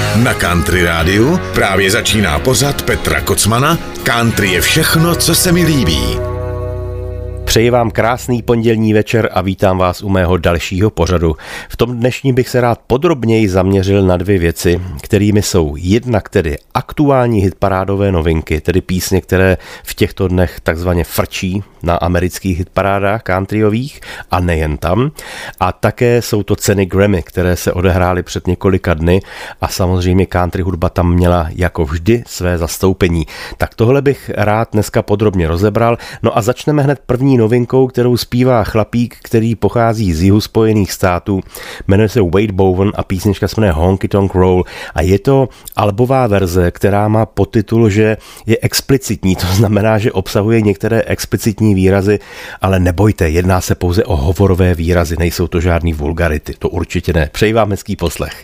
Na Country Rádiu právě začíná pořad Petra Kocmana Country je všechno, co se mi líbí. Přeji vám krásný pondělní večer a vítám vás u mého dalšího pořadu. V tom dnešní bych se rád podrobněji zaměřil na dvě věci, kterými jsou jednak tedy aktuální hitparádové novinky, tedy písně, které v těchto dnech takzvaně frčí na amerických hitparádách countryových a nejen tam. A také jsou to ceny Grammy, které se odehrály před několika dny a samozřejmě country hudba tam měla jako vždy své zastoupení. Tak tohle bych rád dneska podrobně rozebral. No a začneme hned první novinkou, kterou zpívá chlapík, který pochází z jihu Spojených států. Jmenuje se Wade Bowen a písnička se jmenuje Honky Tonk Roll a je to albová verze, která má podtitul, že je explicitní, to znamená, že obsahuje některé explicitní výrazy, ale nebojte, jedná se pouze o hovorové výrazy, nejsou to žádný vulgarity, to určitě ne. Přeji vám hezký poslech.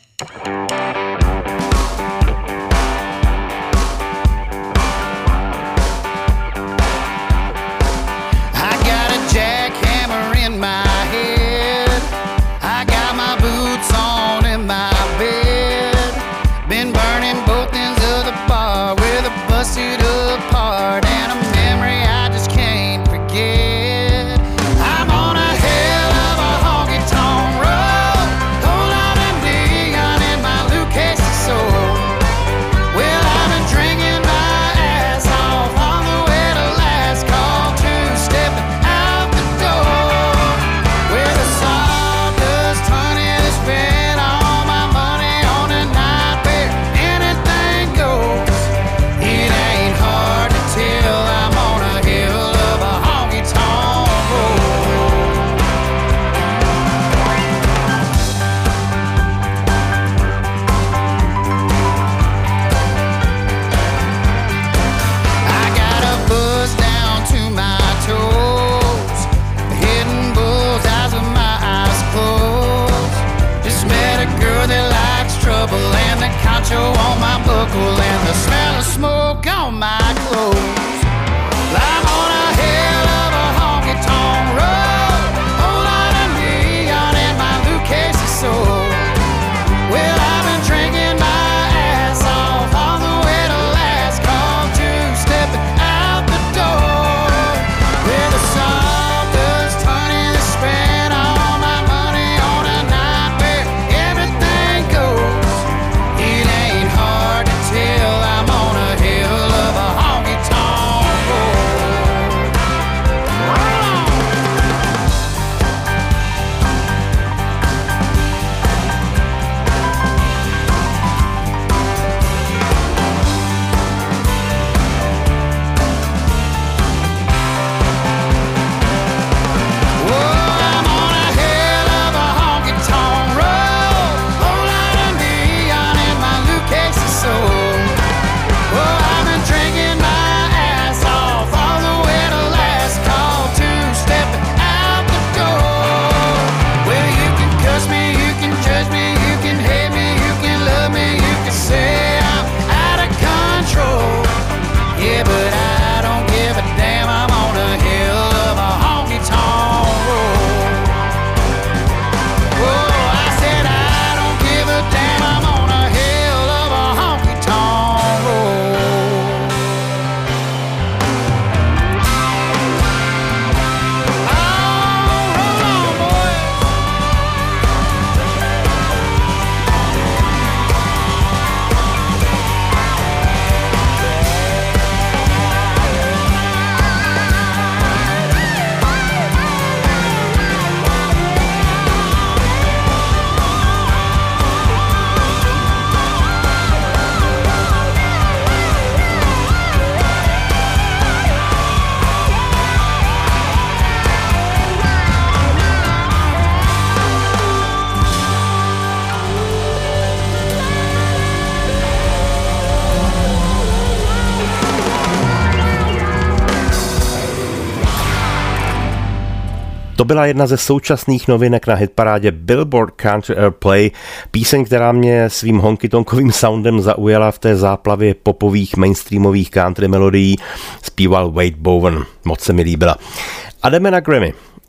To byla jedna ze současných novinek na hitparádě Billboard Country Airplay, píseň, která mě svým honky-tonkovým soundem zaujala v té záplavě popových mainstreamových country melodií, zpíval Wade Bowen, moc se mi líbila. A jdeme na Grammy.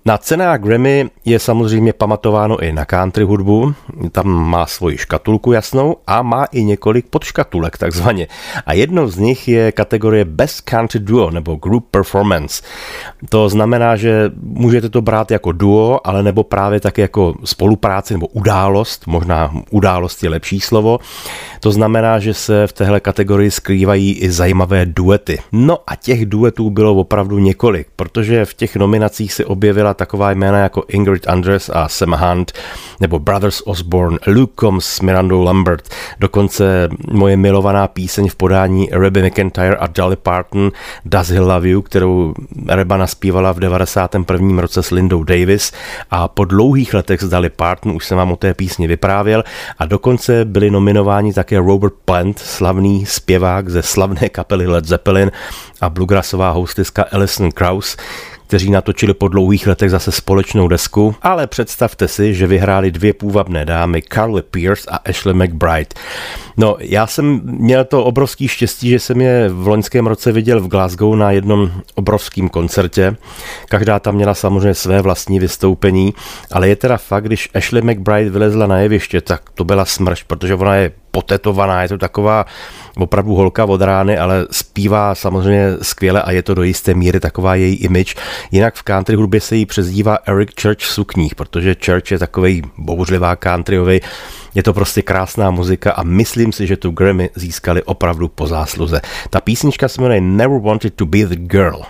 Na cenách Grammy je samozřejmě pamatováno i na country hudbu, tam má svoji škatulku jasnou a má i několik podškatulek takzvaně. A jednou z nich je kategorie Best Country Duo nebo Group Performance. To znamená, že můžete to brát jako duo, ale nebo právě tak jako spolupráci nebo událost, možná událost je lepší slovo. To znamená, že se v téhle kategorii skrývají i zajímavé duety. No a těch duetů bylo opravdu několik, protože v těch nominacích se objevila taková jména jako Ingrid Andress a Sam Hunt, nebo Brothers Osborne, Luke Combs s Mirandou Lambert, dokonce moje milovaná píseň v podání Rebby McEntire a Dolly Parton Does He Love You, kterou Reba naspívala v 91. roce s Lindou Davis a po dlouhých letech s Dolly Parton, už jsem vám o té písni vyprávěl, a dokonce byli nominováni také Robert Plant, slavný zpěvák ze slavné kapely Led Zeppelin, a bluegrassová hosteska Alison Krauss, kteří natočili po dlouhých letech zase společnou desku, ale představte si, že vyhráli dvě půvabné dámy, Carly Pearce a Ashley McBryde. No, já jsem měl to obrovský štěstí, že jsem je v loňském roce viděl v Glasgow na jednom obrovském koncertě. Každá tam měla samozřejmě své vlastní vystoupení, ale je teda fakt, když Ashley McBryde vylezla na jeviště, tak to byla smršť, protože ona je potetovaná, je to taková opravdu holka od rány, ale zpívá samozřejmě skvěle a je to do jisté míry taková její image. Jinak v country hudbě se jí přezdívá Eric Church sukních, protože Church je takovej bouřlivá countryovej. Je to prostě krásná muzika a myslím si, že tu Grammy získali opravdu po zásluze. Ta písnička se jmenuje Never Wanted to Be the Girl.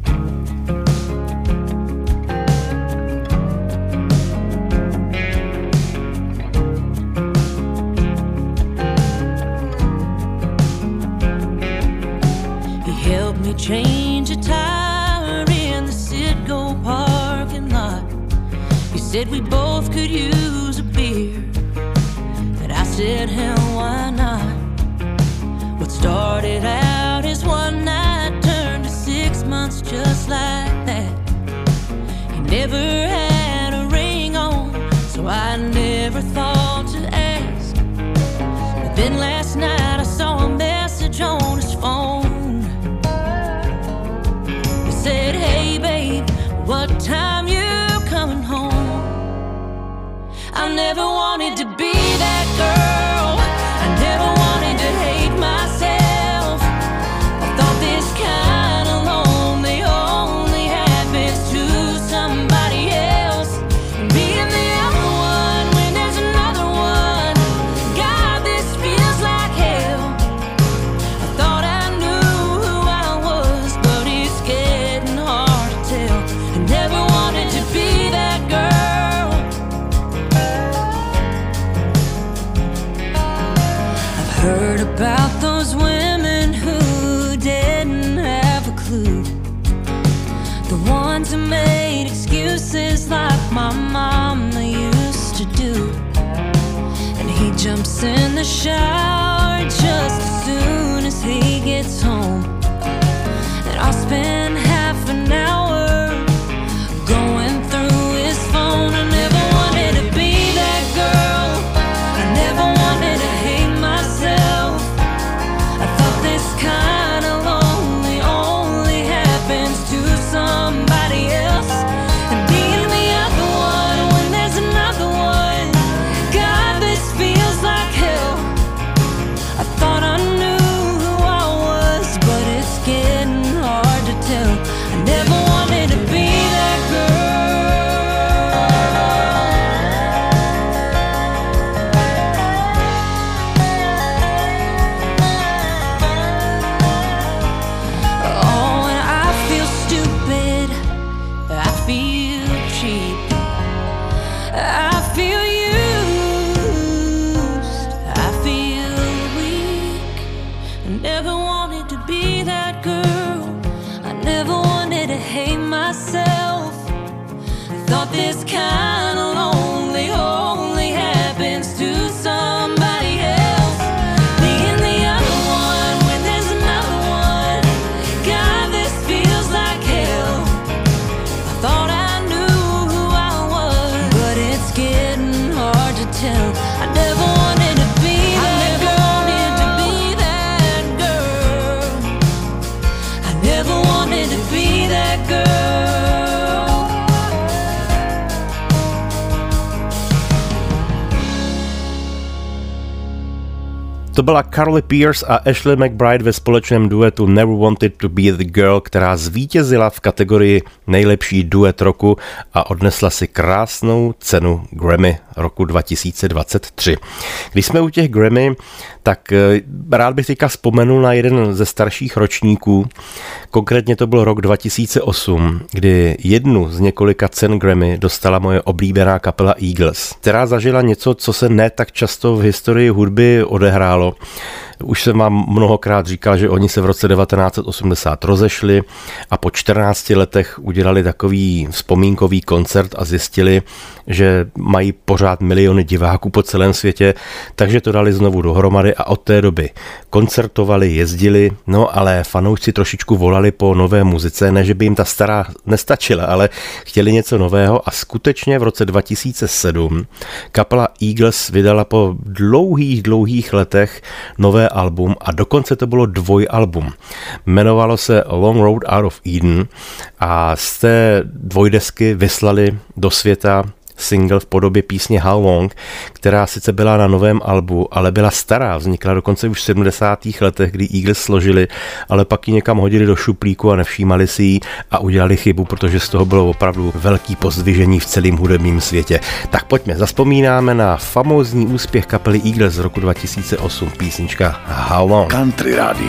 Change a tire in the Citgo parking lot. He said we both could use a beer, and I said, hell, why not? What started out as one night turned to 6 months just like that. He never had a ring on, so I never thought to ask. But then last night I saw a message on his phone. Said, hey babe, what time you coming home? I never wanted to be that girl. I never wanted to hate myself. I thought this kind of lonely only happens to somebody else. And being the other one when there's another one, God, this feels like hell. I thought I knew who I was, but it's getting hard to tell. I never wanted to be that girl. I've heard about those women who didn't have a clue, the ones who made excuses like my mama used to do. And he jumps in the shower just as soon as he gets home, and I'll spend half an hour going through his phone. I never wanted to be that girl. I never wanted to hate myself. I thought this kind of lonely only happens to somebody else. And being the other one when there's another one, God, this feels like hell. I thought I knew who I was, but it's getting hard to tell. I never wanted to be that girl. Oh, and I feel stupid, I feel cheap, I feel used, I feel weak. I never wanted to be that girl. I never wanted to hate myself. I thought this kind of lonely only happens to somebody else. Being the other one when there's another one, God, this feels like hell. I thought I knew who I was, but it's getting hard to tell. I never wanted to be that girl. I never wanted to be that girl. To byla Carly Pearce a Ashley McBryde ve společném duetu Never Wanted to Be the Girl, která zvítězila v kategorii nejlepší duet roku a odnesla si krásnou cenu Grammy roku 2023. Když jsme u těch Grammy, tak rád bych teďka vzpomenul na jeden ze starších ročníků. Konkrétně to byl rok 2008, kdy jednu z několika cen Grammy dostala moje oblíbená kapela Eagles, která zažila něco, co se ne tak často v historii hudby odehrálo. Už jsem vám mnohokrát říkal, že oni se v roce 1980 rozešli a po 14 letech udělali takový vzpomínkový koncert a zjistili, že mají pořád miliony diváků po celém světě, takže to dali znovu dohromady a od té doby koncertovali, jezdili, no ale fanoušci trošičku volali po nové muzice, ne že by jim ta stará nestačila, ale chtěli něco nového a skutečně v roce 2007 kapela Eagles vydala po dlouhých letech nové album a dokonce to bylo dvojalbum. Jmenovalo se Long Road Out of Eden a z té dvojdesky vyslali do světa single v podobě písně How Long, která sice byla na novém albu, ale byla stará, vznikla dokonce už v 70. letech, kdy Eagles složili, ale pak ji někam hodili do šuplíku a nevšímali si ji a udělali chybu, protože z toho bylo opravdu velký pozdvižení v celém hudebním světě. Tak pojďme, zazpomínáme na famózní úspěch kapely Eagles z roku 2008, písnička How Long. Country Radio.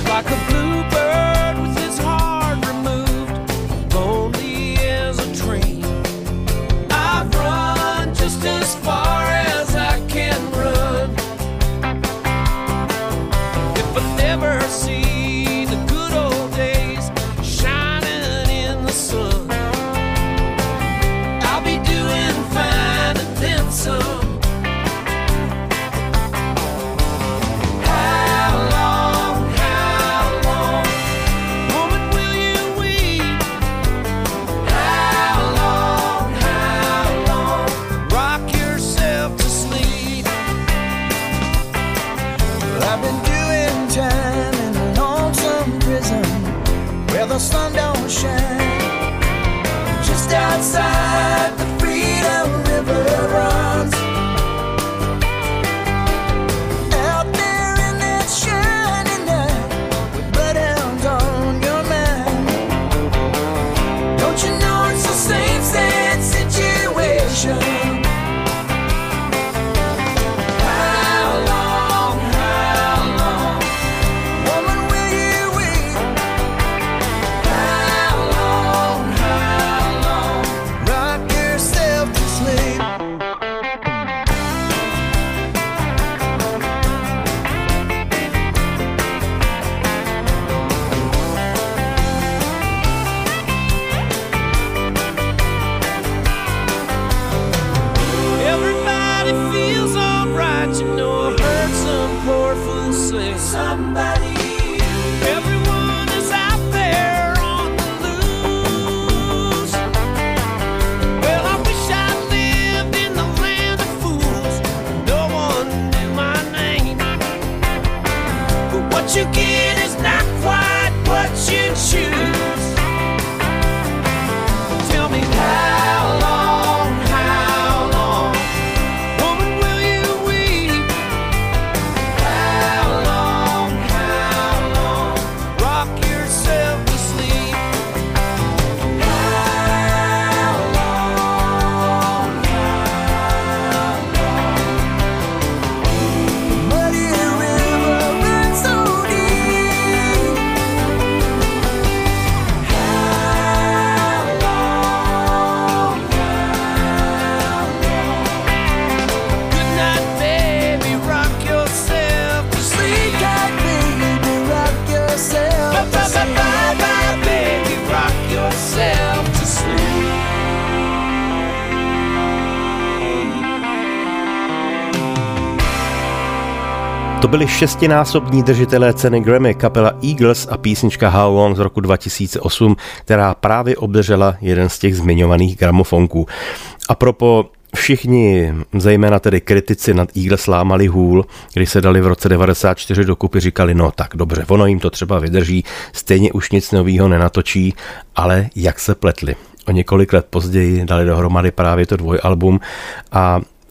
To byli 6násobní držitelé ceny Grammy, kapela Eagles a písnička How Long z roku 2008, která právě obdržela jeden z těch zmiňovaných gramofonků. A propo všichni, zejména tedy kritici nad Eagles lámali hůl, když se dali v roce 94 dokupy, říkali, no tak dobře, ono jim to třeba vydrží, stejně už nic novýho nenatočí, ale jak se pletli. O několik let později dali dohromady právě to dvojalbum a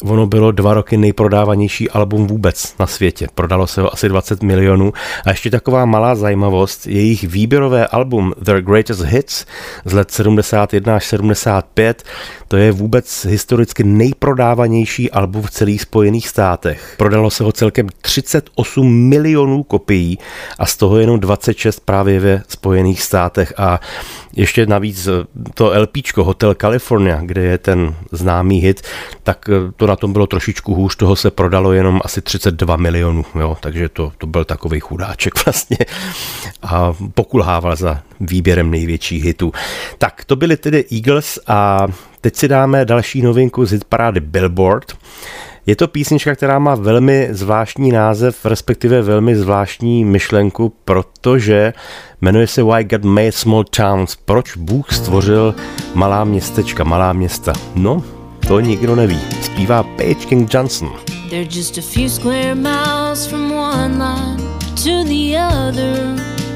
ono bylo 2 roky nejprodávanější album vůbec na světě. Prodalo se ho asi 20 milionů. A ještě taková malá zajímavost, jejich výběrové album Their Greatest Hits z let 71 až 75, to je vůbec historicky nejprodávanější album v celých Spojených státech. Prodalo se ho celkem 38 milionů kopií a z toho jenom 26 právě ve Spojených státech. A ještě navíc to LPčko Hotel California, kde je ten známý hit, tak to na tom bylo trošičku hůř, toho se prodalo jenom asi 32 milionů, jo, takže to byl takovej chudáček vlastně a pokulhával za výběrem největších hitů. Tak to byly tedy Eagles a teď si dáme další novinku z hitparády Billboard. Je to písnička, která má velmi zvláštní název, respektive velmi zvláštní myšlenku, protože jmenuje se Why God Made Small Towns. Proč Bůh stvořil malá městečka, malá města? No, to nikdo neví. Zpívá Paige King Johnson. They're just a few square miles from one line to the other.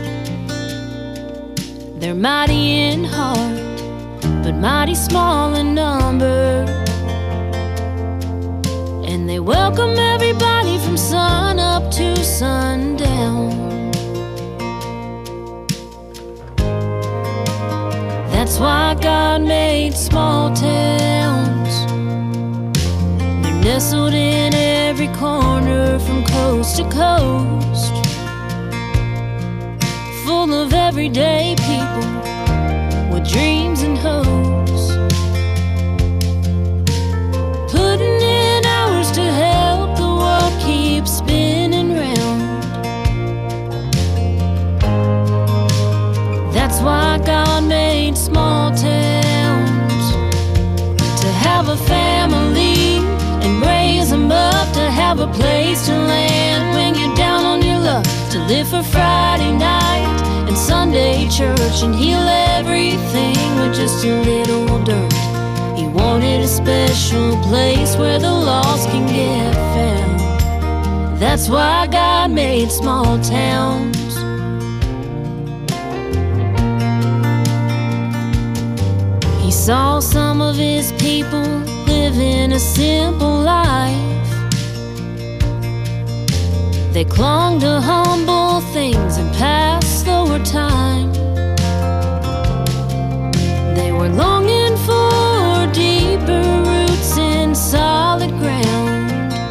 They're mighty in heart, but mighty small in number. And they welcome everybody from sun up to sundown. That's why God made small towns. They're nestled in every corner from coast to coast, full of everyday people with dreams and hopes, putting in hours to help the world keep spinning round. That's why God made small towns, to have a family and raise them up, to have a place to land when you're down on your luck, to live for Friday night and Sunday church and heal everything with just a little dirt. He wanted a special place where the lost can get found. That's why God made small towns. He saw some of his people living a simple life. They clung to humble things and passed slower time. They were longing for deeper roots in solid ground.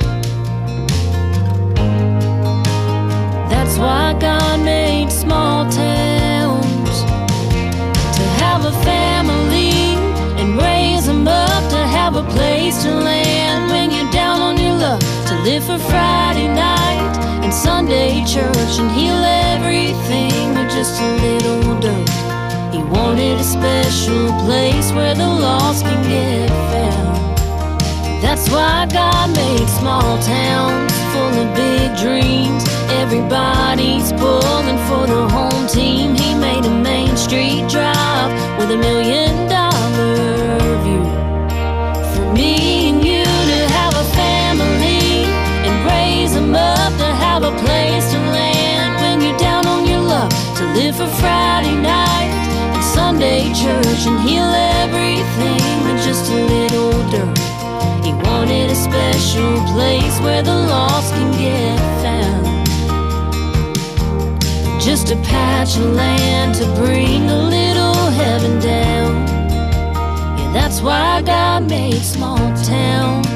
That's why God made small towns, to have a family and raise them up, to have a place to land when you're down on your luck, to live for Friday night and Sunday church and heal everything with just a little dirt. He wanted a special place where the lost can get found. That's why God made small towns full of big dreams. Everybody's pulling for the home team. He made a Main Street drive with $1 million view. For me and you to have a family and raise them up, to have a place to land when you're down on your luck, to live for Friday night and Sunday church and heal everything with just a little dirt. He wanted a special place where the lost can get found. Just a patch of land to bring a little heaven down. Yeah, that's why God made small towns.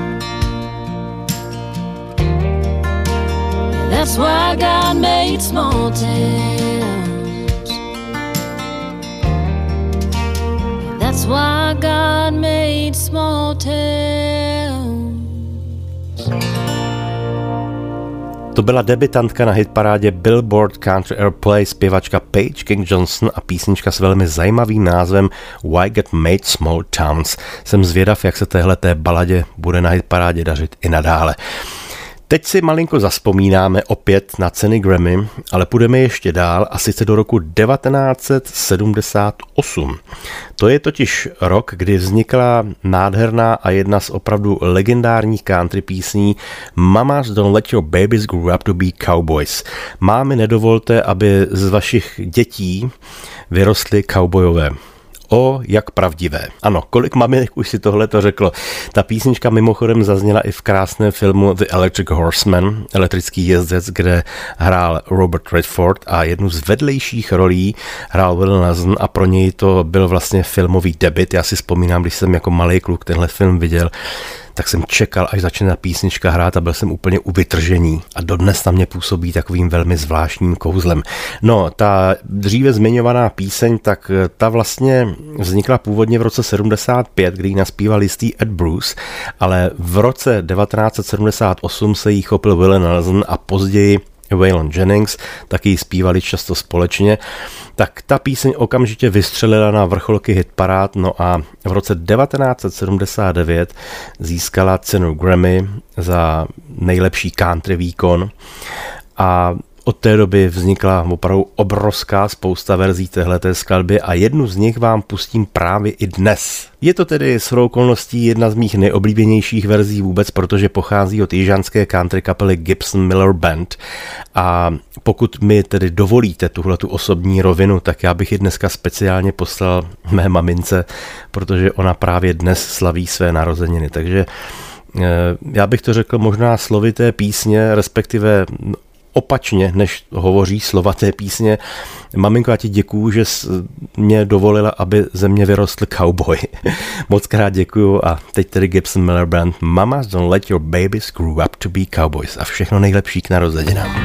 Yeah, that's why God made small towns. Yeah, that's why God made small towns. To byla debutantka na hitparádě Billboard Country Airplay, zpěvačka Paige King Johnson a písnička s velmi zajímavým názvem Why God Made Small Towns. Jsem zvědav, jak se téhleté baladě bude na hitparádě dařit i nadále. Teď si malinko zazpomínáme opět na ceny Grammy, ale půjdeme ještě dál a sice do roku 1978. To je totiž rok, kdy vznikla nádherná a jedna z opravdu legendárních country písní Mamas Don't Let Your Babies Grow Up to Be Cowboys. Mámy, nedovolte, aby z vašich dětí vyrostly cowboyové. jak pravdivé. Ano, kolik maminek už si tohle to řeklo. Ta písnička mimochodem zazněla i v krásném filmu The Electric Horseman, elektrický jezdec, kde hrál Robert Redford a jednu z vedlejších rolí hrál Will Nelson a pro něj to byl vlastně filmový debut. Já si vzpomínám, když jsem jako malý kluk tenhle film viděl, tak jsem čekal, až začne ta písnička hrát a byl jsem úplně u vytržení. A dodnes na mě působí takovým velmi zvláštním kouzlem. No, ta dříve zmiňovaná píseň, tak ta vlastně vznikla původně v roce 75, kdy ji naspíval jistý Ed Bruce, ale v roce 1978 se jí chopil Will Nelson a později Waylon Jennings, taky ji zpívali často společně, tak ta píseň okamžitě vystřelila na vrcholky hitparád, no a v roce 1979 získala cenu Grammy za nejlepší country výkon a od té doby vznikla opravdu obrovská spousta verzí téhleté skladby a jednu z nich vám pustím právě i dnes. Je to tedy shodou okolností jedna z mých nejoblíbenějších verzí vůbec, protože pochází od jižanské country kapely Gibson Miller Band a pokud mi tedy dovolíte tuhletu osobní rovinu, tak já bych ji dneska speciálně poslal mé mamince, protože ona právě dnes slaví své narozeniny, takže já bych to řekl možná slovy té písně, respektive opačně, než hovoří slova té písně. Maminko, já ti děkuju, že jsi mě dovolila, aby ze mě vyrostl cowboy. Moc krát děkuju a teď tedy Gibson Miller Band. Mamas don't let your babies grow up to be cowboys. A všechno nejlepší k narozeninám.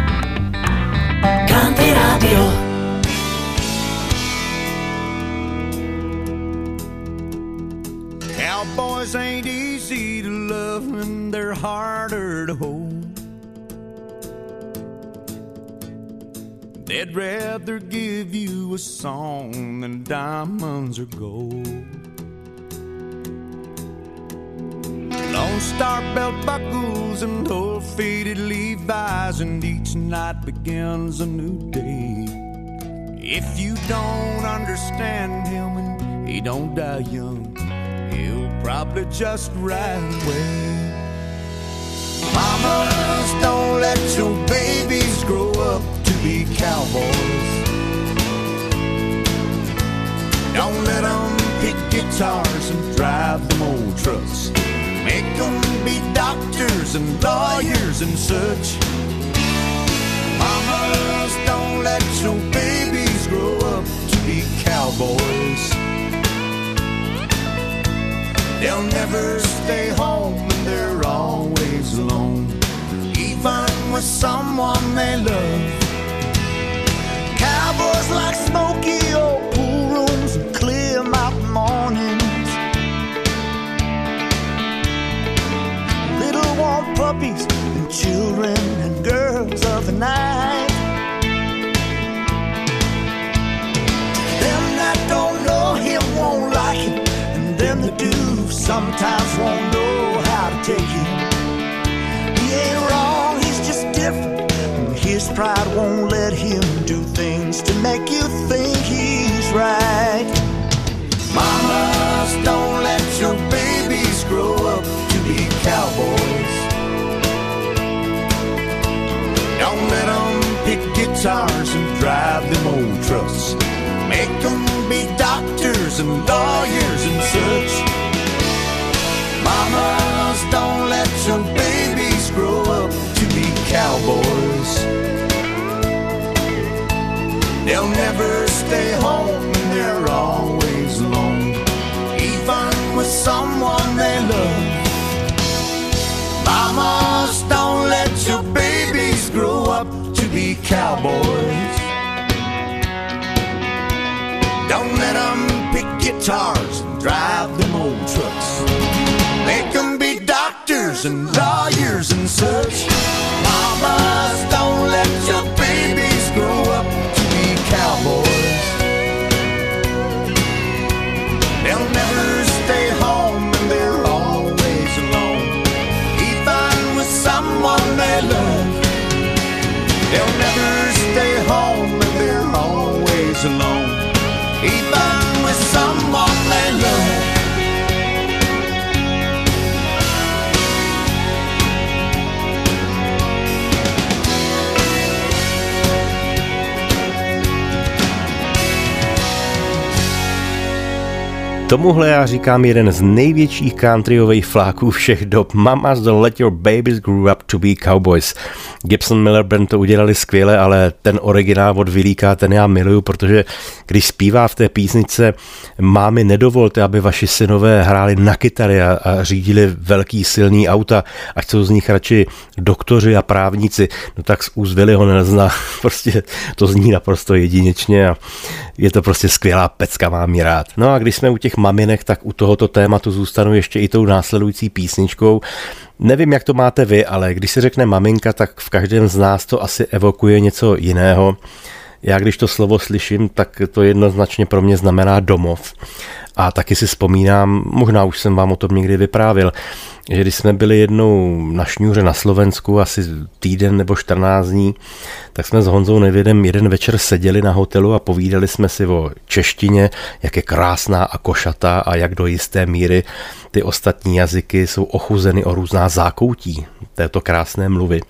Country Radio. Cowboys ain't easy to love and they're harder to hold. They'd rather give you a song than diamonds or gold. Lone Star belt buckles and old-faded Levi's, and each night begins a new day. If you don't understand him and he don't die young, he'll probably just ride away. Mamas, don't let your babies grow up to be cowboys. Don't let them pick guitars and drive them old trucks. Make them be doctors and lawyers and such. Mamas, don't let your babies grow up to be cowboys. They'll never stay home and they're always alone, even with someone they love. Cowboys like smoky old pool rooms and clear mountain mornings, little warm puppies and children and girls of the night. Them that don't know him won't like him, and them that do sometimes won't know how to take him. He ain't wrong, he's just different, and his pride won't let him do things to make you think he's right. Mamas, don't let your babies grow up to be cowboys. Don't let them pick guitars and drive them old trucks. Make them be doctors and lawyers and such. Mamas, don't let your babies grow up to be cowboys. They'll never stay home and they're always alone, even with someone they love. Mamas, don't let your babies grow up to be cowboys. Don't let them pick guitars and drive them old trucks. Make them be doctors and lawyers and such. Mamas, don't let your babies grow up to be cowboys. They'll never stay home and they're always alone, even with someone they love. They'll never stay home and they're always alone, even with someone they love. Tomuhle já říkám jeden z největších countryových fláků všech dob. Mamas Don't Let Your Babies Grow Up to Be Cowboys. Gibson Miller Band to udělali skvěle, ale ten originál od Willíka, ten já miluju, protože když zpívá v té písničce mámi nedovolte, aby vaši synové hráli na kytary a řídili velký silný auta, ať jsou z nich radši doktoři a právníci, no tak z úst Willyho nezná. Prostě to zní naprosto jedinečně a je to prostě skvělá pecka, mám ji rád. No a když jsme u těch maminek, tak u tohoto tématu zůstanu ještě i tou následující písničkou. Nevím, jak to máte vy, ale když se řekne maminka, tak v každém z nás to asi evokuje něco jiného. Já když to slovo slyším, tak to jednoznačně pro mě znamená domov. A taky si vzpomínám, možná už jsem vám o tom někdy vyprávěl, že když jsme byli jednou na šňůře na Slovensku, asi týden nebo 14 dní, tak jsme s Honzou Nevědem jeden večer seděli na hotelu a povídali jsme si o češtině, jak je krásná a košatá a jak do jisté míry ty ostatní jazyky jsou ochuzeny o různá zákoutí této krásné mluvy.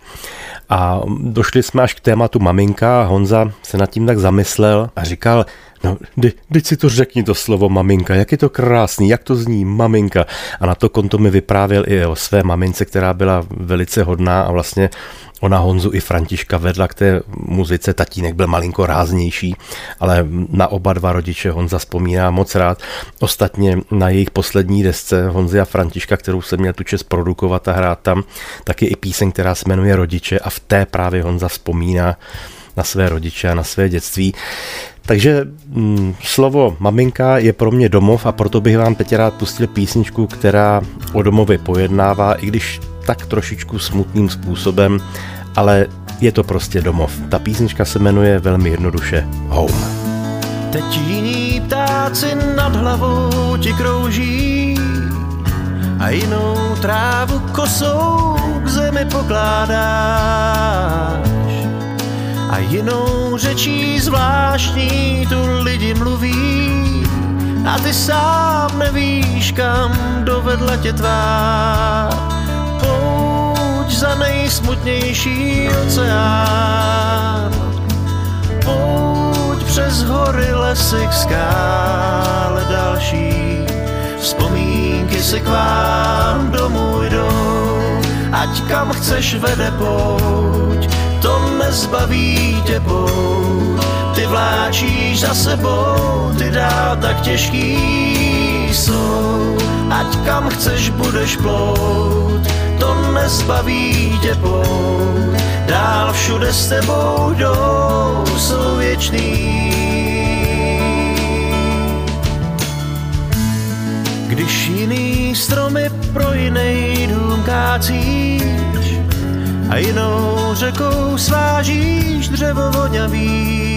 A došli jsme až k tématu maminka a Honza se nad tím tak zamyslel a říkal, no, teď si to řekni, to slovo maminka, jak je to krásný, jak to zní, maminka. A na to konto mi vyprávěl i o své mamince, která byla velice hodná a vlastně ona Honzu i Františka vedla k té muzice, tatínek byl malinko ráznější, ale na oba dva rodiče Honza vzpomíná moc rád. Ostatně na jejich poslední desce Honzy a Františka, kterou jsem měl tu čest produkovat a hrát tam, tak je i píseň, která se jmenuje Rodiče a v té právě Honza vzpomíná na své rodiče a na své dětství. Takže slovo maminka je pro mě domov a proto bych vám teď rád pustil písničku, která o domově pojednává, i když tak trošičku smutným způsobem, ale je to prostě domov. Ta písnička se jmenuje velmi jednoduše Home. Teď jiní ptáci nad hlavou ti krouží a jinou trávu kosou k zemi pokládáš. A jinou řečí zvláštní tu lidi mluví a ty sám nevíš, kam dovedla tě tvá pouť za nejsmutnější oceán. Pouť přes hory, lesy, k skále další. Vzpomínky si k vám domů jdou, ať kam chceš vede pouť, to nezbaví tě pouť. Ty vláčíš za sebou, ty dál tak těžký jsou, ať kam chceš budeš plout, to nezbaví tě pouť. Dál všude s tebou jdou, jsou věčný. Když jiný stromy pro jiný dům kácíš a jinou řekou svážíš dřevo voňavý,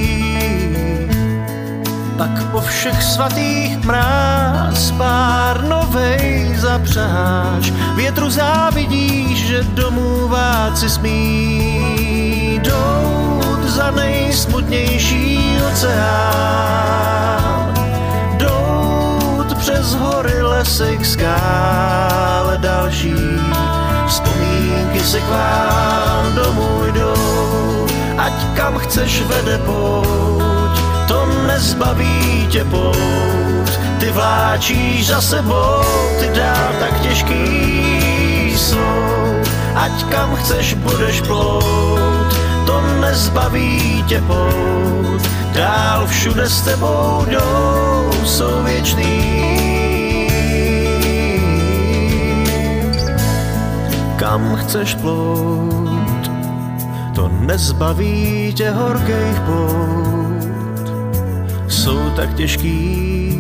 pak po všech svatých mráz pár novej zapřáš. Větru závidíš, že domůvat si smí, dout za nejsmutnější oceán. Dout přes hory, lesy, k skále další. Vzpomínky si k vám domů jdou, ať kam chceš vede pouť, to nezbaví tě pouť. Ty vláčíš za sebou, ty dál tak těžký jsou, ať kam chceš budeš plout, to nezbaví tě pouť. Dál všude s tebou jdou, jsou věčný. Kam chceš plout, to nezbaví tě horkých pout. Jsou tak těžký,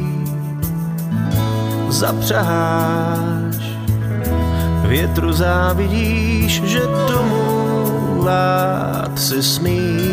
zapřaháš. Větru závidíš, že domůvat si smí.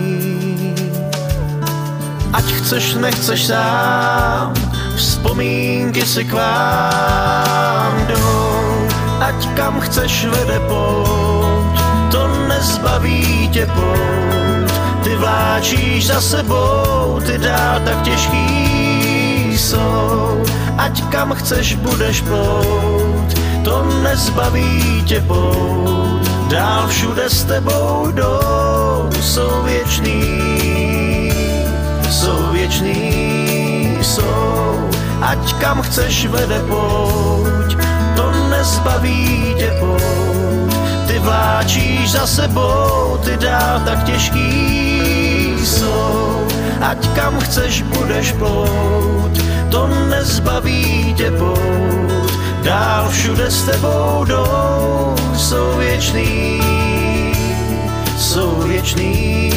Ať chceš, nechceš sám, vzpomínky si k vám jdou. Ať kam chceš vede pouť, to nezbaví tě pouť. Ty vláčíš za sebou, ty dál tak těžký jsou. Ať kam chceš budeš plout, to nezbaví tě pouť. Dál všude s tebou jdou, jsou věčný. Jsou věčný, jsou, ať kam chceš vede pouť, to nezbaví tě pout. Ty vláčíš za sebou, ty dál tak těžký jsou, ať kam chceš budeš plout, to nezbaví tě pout. Dál všude s tebou jdou, jsou věčný, jsou věčný.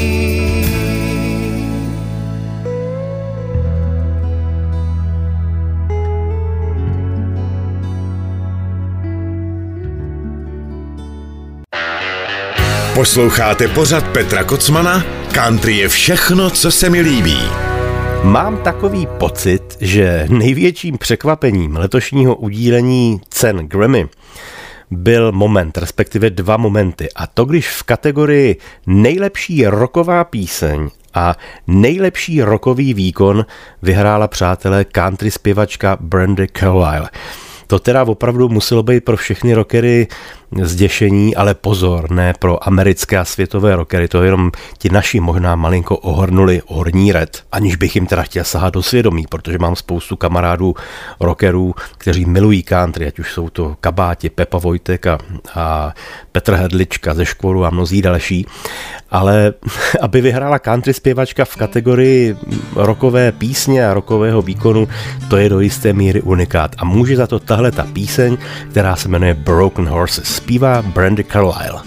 Posloucháte pořad Petra Kocmana? Country je všechno, co se mi líbí. Mám takový pocit, že největším překvapením letošního udílení cen Grammy byl moment, respektive dva momenty. A to, když v kategorii nejlepší rocková píseň a nejlepší rockový výkon vyhrála, přátelé, country zpěvačka Brandi Carlile. To teda opravdu muselo být pro všechny rockery zděšení, ale pozor, ne pro americké a světové rockery, to jenom ti naši možná malinko ohornuli horní red, aniž bych jim teda chtěl sahat do svědomí, protože mám spoustu kamarádů rockerů, kteří milují country, ať už jsou to Kabáti, Pepa Vojtek a Petr Hedlička ze Škvoru a mnozí další, ale aby vyhrála country zpěvačka v kategorii rockové písně a rockového výkonu, to je do jisté míry unikát a může za to tahle ta píseň, která se jmenuje Broken Horses. Zpívá Brandi Carlile.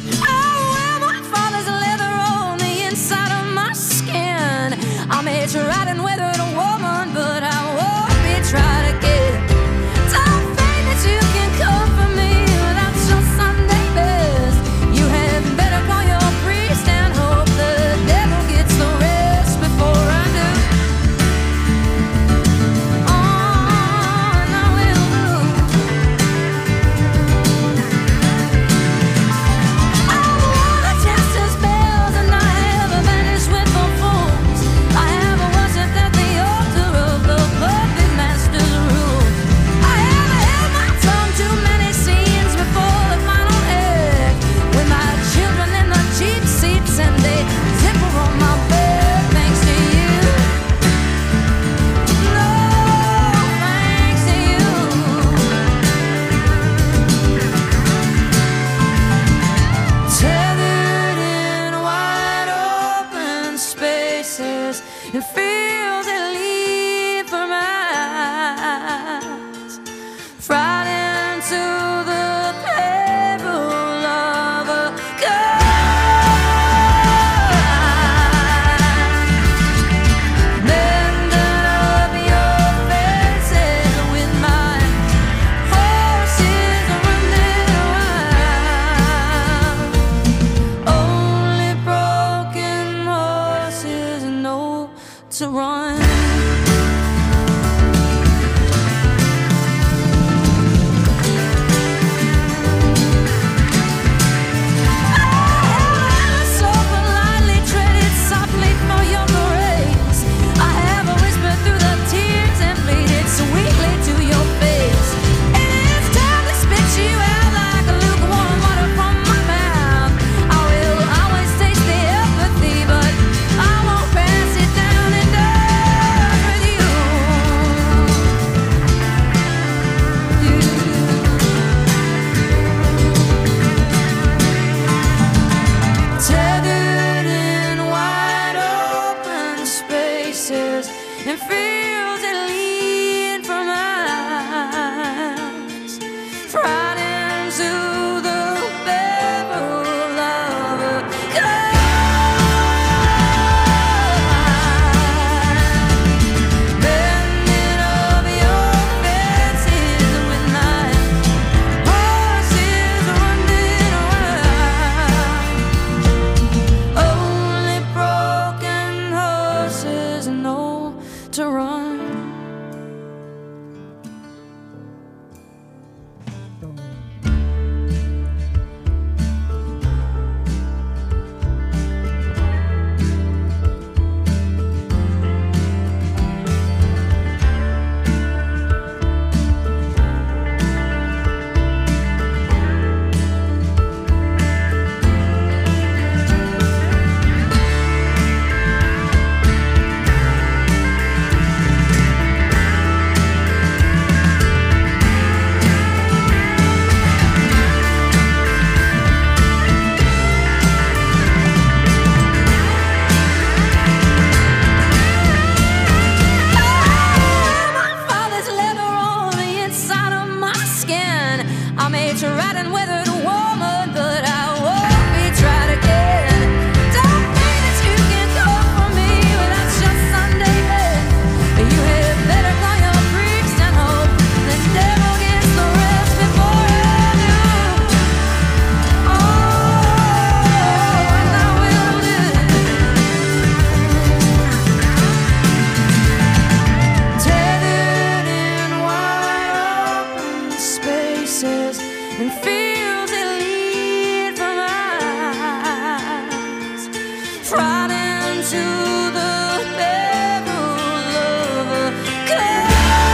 To run. to the barrel of a car.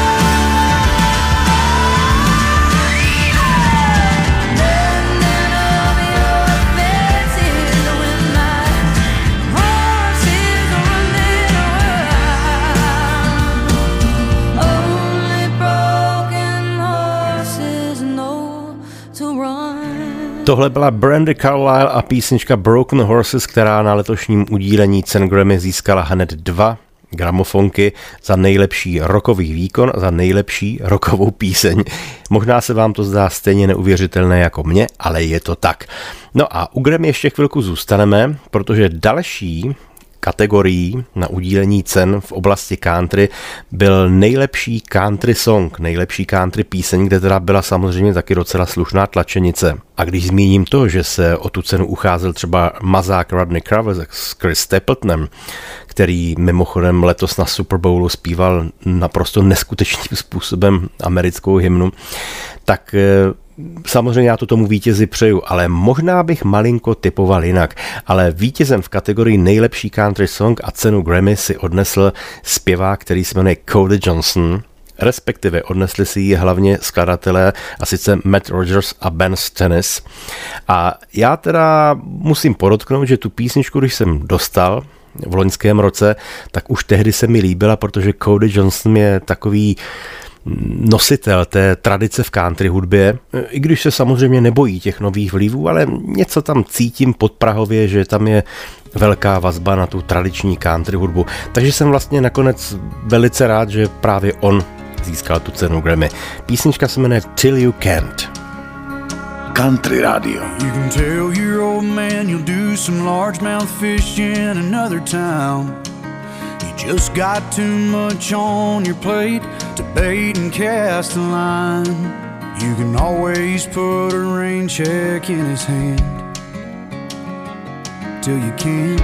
None of your fancies when my horse is running wild. Only broken horses know to run. Tohle byla Brandi Carlile a písnička Broken Horses, která na letošním udílení cen Grammy získala hned 2 gramofonky za nejlepší rockový výkon a za nejlepší rockovou píseň. Možná se vám to zdá stejně neuvěřitelné jako mně, ale je to tak. No a u Grammy ještě chvilku zůstaneme, protože další kategorií na udílení cen v oblasti country byl nejlepší country song, nejlepší country píseň, kde teda byla samozřejmě taky docela slušná tlačenice. A když zmíním to, že se o tu cenu ucházel třeba mazák Rodney Crowell s Chris Stapletonem, který mimochodem letos na Super Bowlu zpíval naprosto neskutečným způsobem americkou hymnu, tak samozřejmě já to tomu vítězi přeju, ale možná bych malinko typoval jinak. Ale vítězem v kategorii nejlepší country song a cenu Grammy si odnesl zpěvák, který se jmenuje Cody Johnson, respektive odnesli si ji hlavně skladatelé, a sice Matt Rogers a Ben Stennis. A já teda musím podotknout, že tu písničku, když jsem dostal v loňském roce, tak už tehdy se mi líbila, protože Cody Johnson je takový nositel té tradice v country hudbě, i když se samozřejmě nebojí těch nových vlivů, ale něco tam cítím podprahově, že tam je velká vazba na tu tradiční country hudbu. Takže jsem vlastně nakonec velice rád, že právě on získal tu cenu Grammy. Písnička se jmenuje Till You Can't. Country Radio. You can tell your old man you'll do some largemouth fish in another town. You just got too much on your plate to bait and cast a line. You can always put a rain check in his hand till you can't.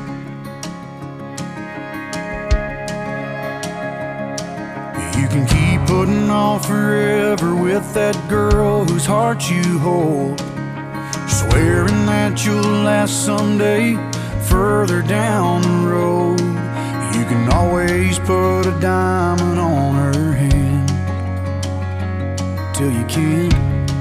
You can keep putting off forever with that girl whose heart you hold, swearing that you'll last someday further down the road. You can always put a diamond on her hand till you can't.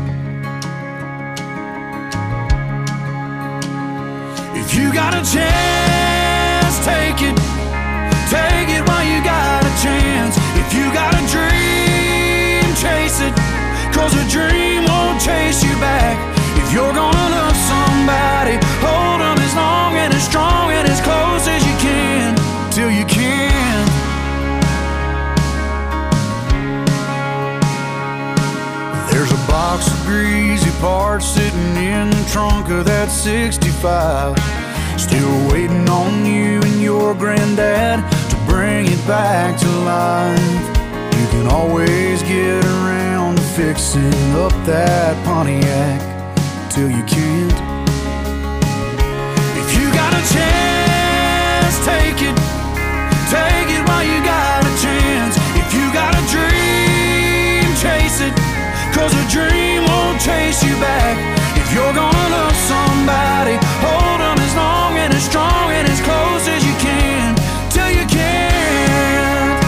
If you got a chance, take it while you got a chance. If you got a dream, chase it, 'cause a dream won't chase you back. If you're gonna love somebody, hold them as long and as strong and as close as you can till you can. There's a box of greasy parts sitting in the trunk of that 65, still waiting on you and your granddad to bring it back to life. You can always get around to fixing up that Pontiac till you can't. If you got a chance, take it while you got a chance. If you got a dream, chase it, 'cause a dream won't chase you back. If you're gonna love somebody, hold them as long and as strong and as close as you can till you can't.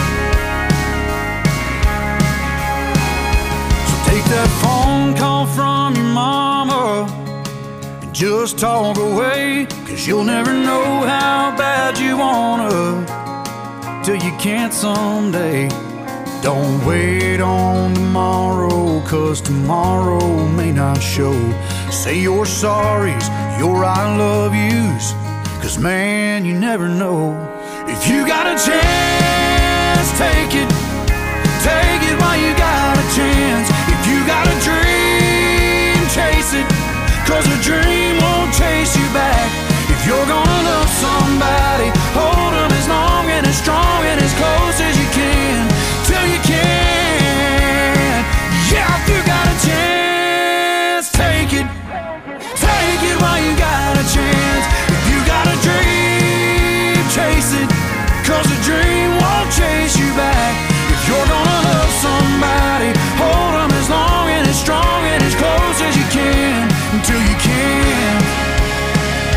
So take that phone call from your mama and just talk away, 'cause you'll never know how bad you wanna till you can't someday. Don't wait on tomorrow, 'cause tomorrow may not show. Say your sorries, your I love yous, 'cause man, you never know. If you got a chance, take it while you got a chance. If you got a dream, chase it, 'cause a dream won't chase you back. If you're gonna love somebody, hold them as long and as strong and as close as you can till you can. Yeah, if you got a chance, take it while you got a chance. If you got a dream, chase it, 'cause a dream won't chase you back. If you're gonna love somebody, hold them as long and as strong and as close as you can until you can.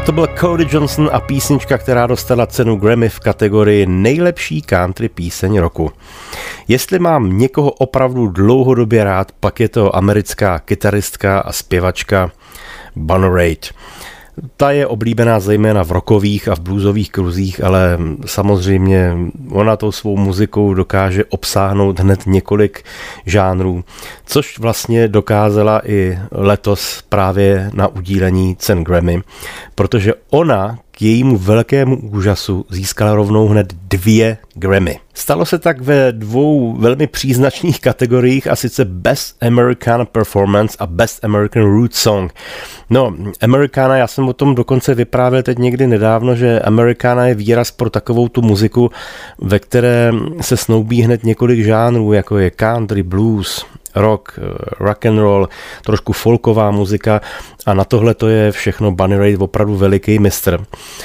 To byl Cody Johnson a písnička, která dostala cenu Grammy v kategorii nejlepší country píseň roku. Jestli mám někoho opravdu dlouhodobě rád, pak je to americká kytaristka a zpěvačka Bonnie Raitt. Ta je oblíbená zejména v rockových a v bluesových kruzích, ale samozřejmě ona tou svou muzikou dokáže obsáhnout hned několik žánrů, což vlastně dokázala i letos právě na udílení cen Grammy, protože ona k jejímu velkému úžasu získala rovnou hned 2 Grammy. Stalo se tak ve 2 velmi příznačných kategoriích, a sice Best Americana Performance a Best American Root Song. No, Americana, já jsem o tom dokonce vyprávěl teď někdy nedávno, že Americana je výraz pro takovou tu muziku, ve které se snoubí hned několik žánrů, jako je country, blues, rock, rock and roll, trošku folková muzika, a na tohle to je všechno Bonnie Raitt opravdu veliký mistr.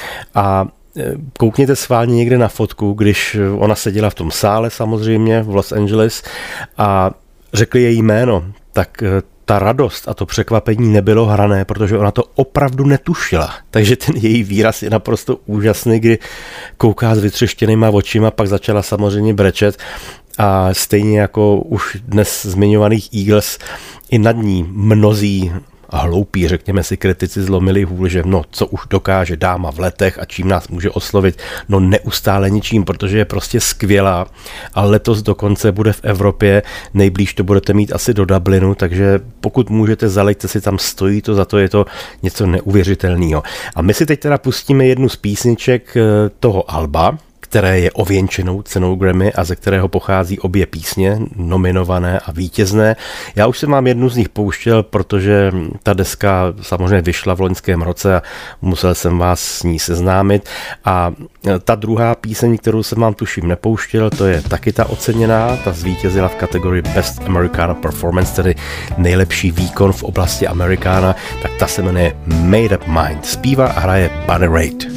A koukněte schválně někde na fotku, když ona seděla v tom sále samozřejmě v Los Angeles a řekli její jméno, tak ta radost a to překvapení nebylo hrané, protože ona to opravdu netušila. Takže ten její výraz je naprosto úžasný, kdy kouká s vytřeštěnýma očima, pak začala samozřejmě brečet a stejně jako už dnes zmiňovaných Eagles, i nad ní mnozí a hloupí, řekněme si, kritici zlomili hůl, že no, co už dokáže dáma v letech a čím nás může oslovit, no neustále ničím, protože je prostě skvělá a letos dokonce bude v Evropě, nejblíž to budete mít asi do Dublinu, takže pokud můžete, zalejte si tam, stojí to za to, je to něco neuvěřitelného. A my si teď teda pustíme jednu z písniček toho alba, které je ověnčenou cenou Grammy a ze kterého pochází obě písně, nominované a vítězné. Já už jsem vám jednu z nich pouštěl, protože ta deska samozřejmě vyšla v loňském roce a musel jsem vás s ní seznámit. A ta druhá píseň, kterou jsem vám tuším nepouštěl, to je taky ta oceněná, ta zvítězila v kategorii Best Americana Performance, tedy nejlepší výkon v oblasti Americana, tak ta se jmenuje Made Up Mind. Zpívá a hraje Bonnie Raitt.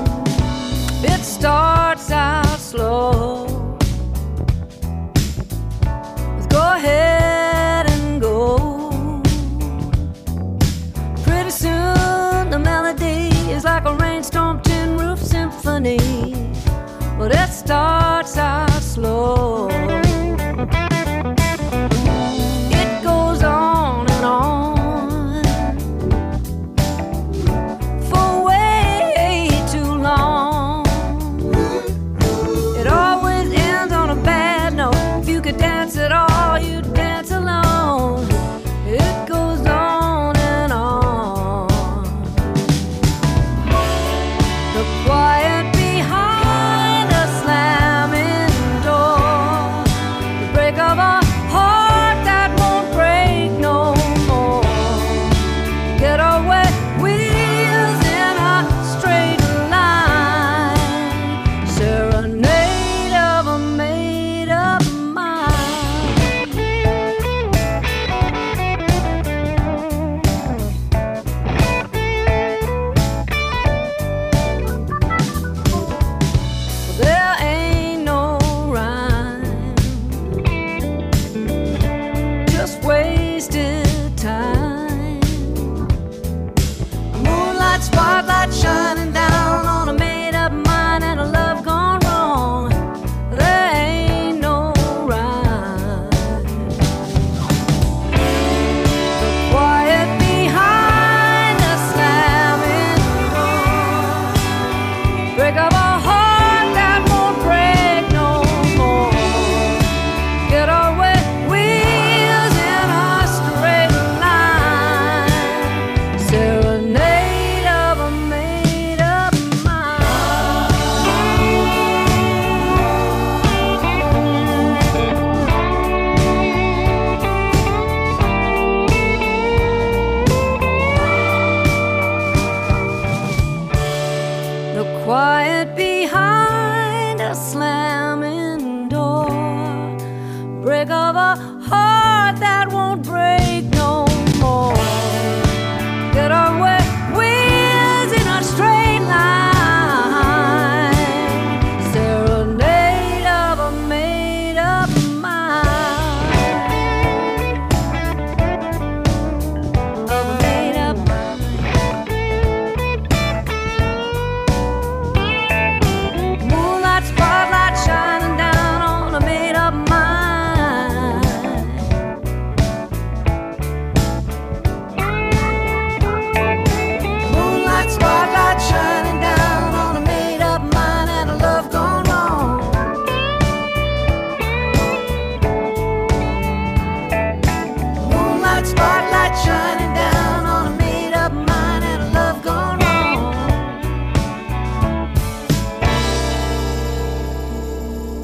It starts out slow. Go ahead and go. Pretty soon the melody is like a rainstorm tin roof symphony. But it starts out slow. It goes on and on. Dance at all, you dance alone. It goes on and on. The quiet behind the slamming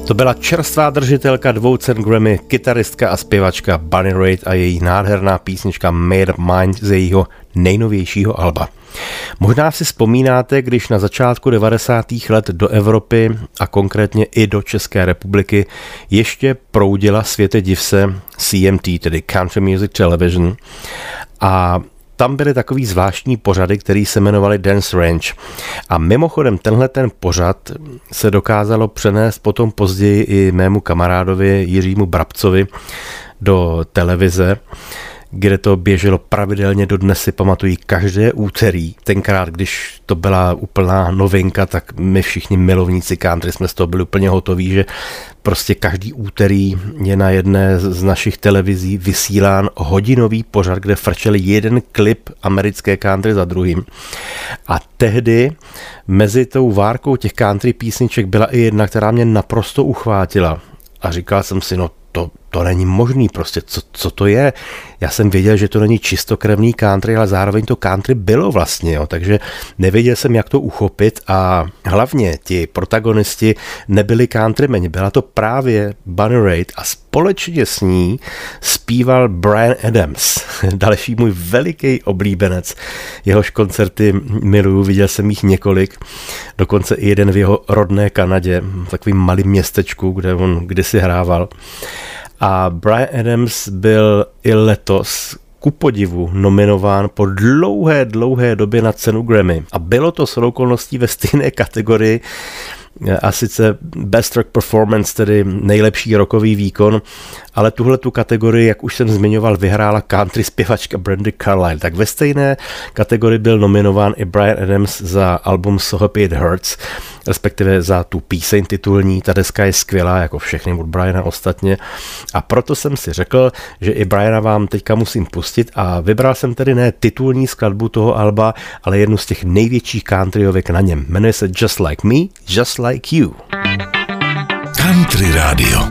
To byla čerstvá držitelka 2 cen Grammy, kytaristka a zpěvačka Bonnie Raitt a její nádherná písnička Made Up Mind z jejího nejnovějšího alba. Možná si vzpomínáte, když na začátku 90. let do Evropy a konkrétně i do České republiky ještě proudila světe div se CMT, tedy Country Music Television, a tam byly takový zvláštní pořady, který se jmenovaly Dance Range. A mimochodem tenhle ten pořad se dokázalo přenést potom později i mému kamarádovi Jiřímu Brabcovi do televize, kde to běželo pravidelně, dodnes si pamatují každé úterý. Tenkrát, když to byla úplná novinka, tak my všichni milovníci country jsme z toho byli úplně hotoví, že prostě každý úterý je na jedné z našich televizí vysílán hodinový pořad, kde frčeli jeden klip americké country za druhým. A tehdy mezi tou várkou těch country písniček byla i jedna, která mě naprosto uchvátila. A říkal jsem si, no to není možný, prostě co to je? Já jsem věděl, že to není čistokrevný country, ale zároveň to country bylo vlastně, jo, takže nevěděl jsem, jak to uchopit a hlavně ti protagonisti nebyli countrymeni, byla to právě Bonnie Raitt a společně s ní zpíval Bryan Adams, další můj veliký oblíbenec, jehož koncerty miluju, viděl jsem jich několik, dokonce i jeden v jeho rodné Kanadě, v takovým malým městečku, kde on kdysi hrával. A Bryan Adams byl i letos ku podivu nominován po dlouhé době na cenu Grammy. A bylo to shodou okolností ve stejné kategorii, a sice Best Rock Performance, tedy nejlepší rockový výkon, ale tuhletu kategorii, jak už jsem zmiňoval, vyhrála country zpěvačka Brandi Carlile. Tak ve stejné kategorii byl nominován i Bryan Adams za album So Happy It Hurts, respektive za tu píseň titulní. Ta deska je skvělá, jako všechny od Bryana ostatně. A proto jsem si řekl, že i Bryana vám teďka musím pustit a vybral jsem tedy ne titulní skladbu toho alba, ale jednu z těch největších countryovek na něm. Jmenuje se Just Like Me, Just Like You. Country Radio.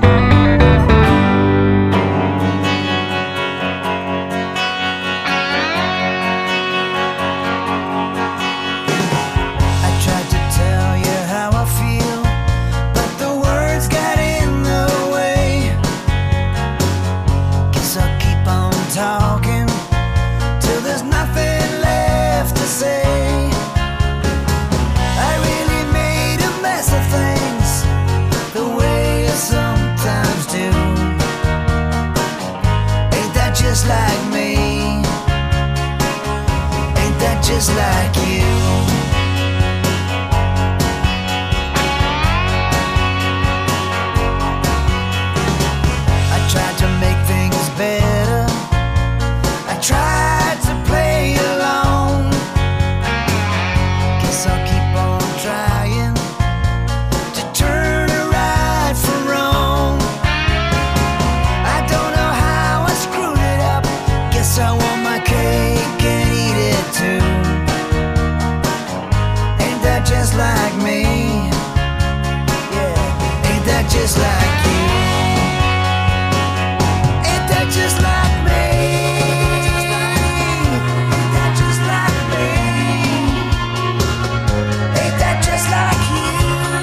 Just like you. I tried to make things better. I tried to play along. Guess I'll keep on trying to turn it right from wrong. I don't know how I screwed it up. Guess I want my cake and eat it too. Just like me, yeah, ain't that just like you? Ain't that just like me? Ain't that just like me? Ain't that just like you?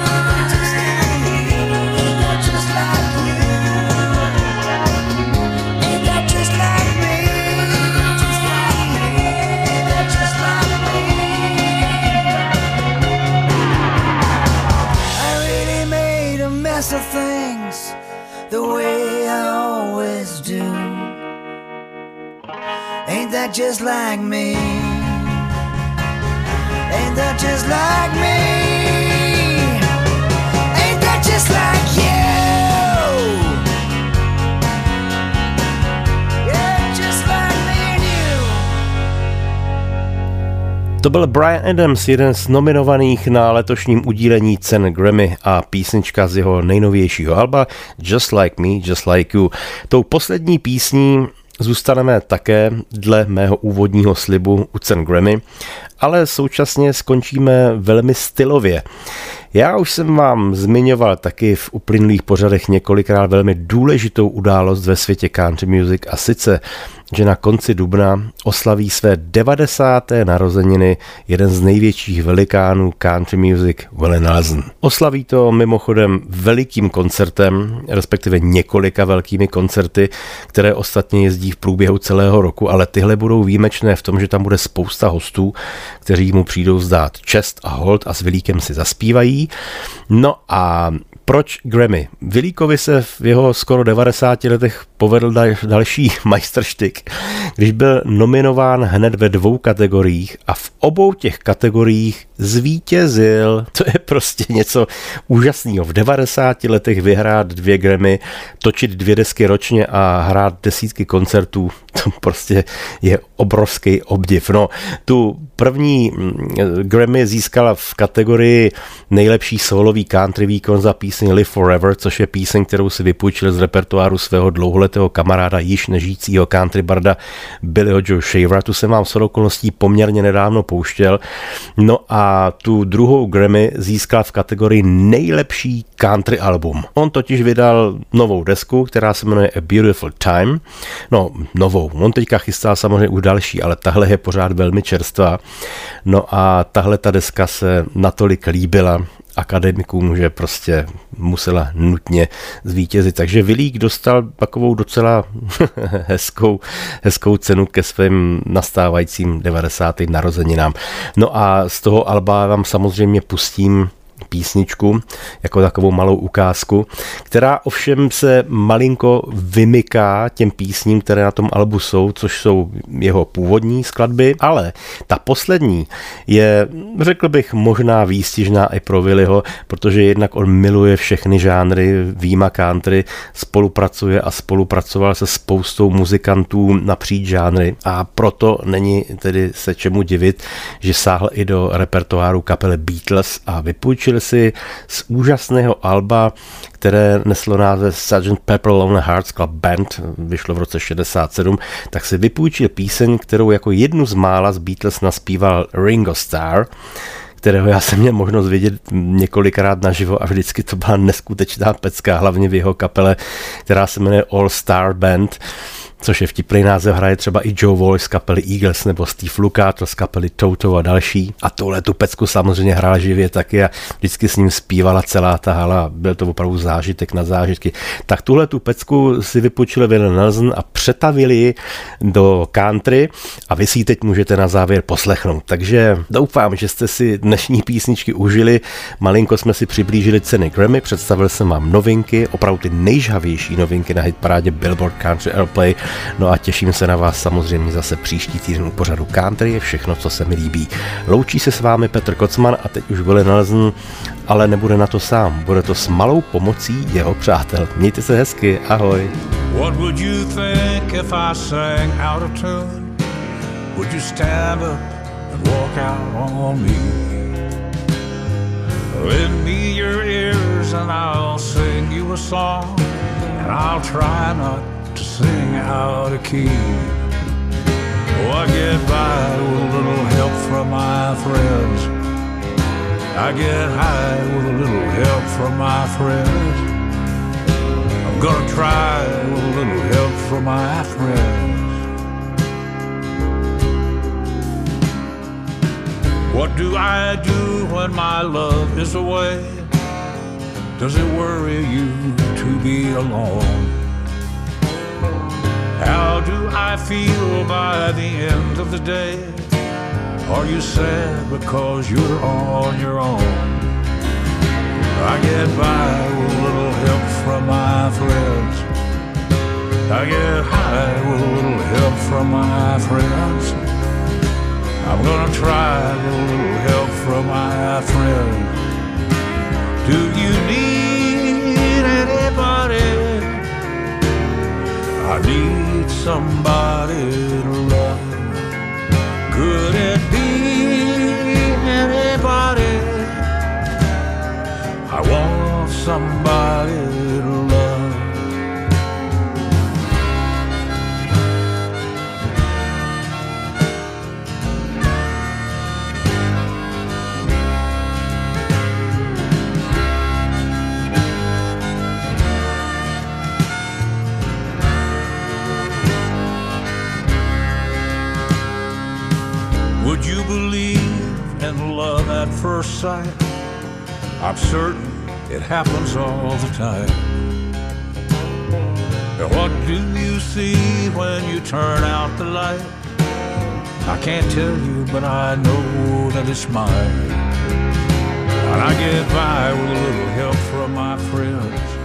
Ain't that just like you? Ain't that just like me? Ain't that just like me? Of things the way I always do. Ain't that just like me? Ain't that just like me? Ain't that just like you? Yeah, just like me and you. To byl Bryan Adams, jeden z nominovaných na letošním udílení cen Grammy a písnička z jeho nejnovějšího alba Just Like Me, Just Like You. Tou poslední písní zůstaneme také dle mého úvodního slibu u cen Grammy, ale současně skončíme velmi stylově. Já už jsem vám zmiňoval taky v uplynulých pořadech několikrát velmi důležitou událost ve světě country music a sice že na konci dubna oslaví své 90. narozeniny jeden z největších velikánů country music, Willie Nelson. Oslaví to mimochodem velikým koncertem, respektive několika velkými koncerty, které ostatně jezdí v průběhu celého roku, ale tyhle budou výjimečné v tom, že tam bude spousta hostů, kteří mu přijdou zdát čest a hold a s Willíkem si zaspívají. No a proč Grammy? Willíkovi se v jeho skoro 90 letech povedl další majstrštyk, když byl nominován hned ve 2 kategoriích a v obou těch kategoriích zvítězil. To je prostě něco úžasného. V 90 letech vyhrát 2 Grammy, točit 2 desky ročně a hrát desítky koncertů, to prostě je obrovský obdiv. No, tu první Grammy získala v kategorii nejlepší solový country výkon za píseň Live Forever, což je píseň, kterou si vypůjčil z repertoáru svého dlouholetého kamaráda, již nežijícího country barda Billyho Joe Shavera. Tu jsem vám s okolností poměrně nedávno pouštěl. No a tu druhou Grammy získal v kategorii nejlepší country album. On totiž vydal novou desku, která se jmenuje A Beautiful Time. No, novou. On teďka chystá samozřejmě už další, ale tahle je pořád velmi čerstvá. No a tahle ta deska se natolik líbila akademikům, že prostě musela nutně zvítězit. Takže Willík dostal takovou docela hezkou cenu ke svým nastávajícím 90. narozeninám. No a z toho alba vám samozřejmě pustím písničku, jako takovou malou ukázku, která ovšem se malinko vymyká těm písním, které na tom albu jsou, což jsou jeho původní skladby, ale ta poslední je, řekl bych, možná výstižná i pro Willieho, protože jednak on miluje všechny žánry, výjima country, spolupracuje a spolupracoval se spoustou muzikantů napříč žánry a proto není tedy se čemu divit, že sáhl i do repertoáru kapely Beatles a vypůjčil si z úžasného alba, které neslo název Sgt. Pepper Lonely Hearts Club Band, vyšlo v roce 67, tak si vypůjčil píseň, kterou jako jednu z mála z Beatles naspíval Ringo Starr, kterého já jsem měl možnost vidět několikrát naživo a vždycky to byla neskutečná pecka, hlavně v jeho kapele, která se jmenuje All Star Band, což je vtipný název, hraje třeba i Joe Walsh z kapely Eagles nebo Steve Lukather z kapely Toto a další. A tohle tu pecku samozřejmě hrál živě taky a vždycky s ním zpívala celá ta hala. Byl to opravdu zážitek na zážitky. Tak tuhle tu pecku si vypůjčil Willie Nelson a přetavili ji do country a vy si ji teď můžete na závěr poslechnout. Takže doufám, že jste si dnešní písničky užili. Malinko jsme si přiblížili ceny Grammy, představil jsem vám novinky, opravdu ty nejžhavější novinky na hitparádě Billboard Country Airplay. No a těším se na vás samozřejmě zase příští týden u pořadu Country je všechno, co se mi líbí. Loučí se s vámi Petr Kocman a teď už Willie Nelson, ale nebude na to sám, bude to s malou pomocí jeho přátel. Mějte se hezky, ahoj. What would you think if I sang out of tune? Would you stand up and walk out on me? Lend me your ears and I'll sing you a song, and I'll try not to sing out of key. Oh, I get by with a little help from my friends. I get high with a little help from my friends. I'm gonna try with a little help from my friends. What do I do when my love is away? Does it worry you to be alone? How do I feel by the end of the day? Are you sad because you're on your own? I get by with a little help from my friends. I get high with a little help from my friends. I'm gonna try with a little help from my friends. Do you need anybody? I need somebody to love. Could it be anybody? I want somebody to love. Would you believe in love at first sight? I'm certain it happens all the time. What do you see when you turn out the light? I can't tell you, but I know that it's mine. And I get by with a little help from my friends.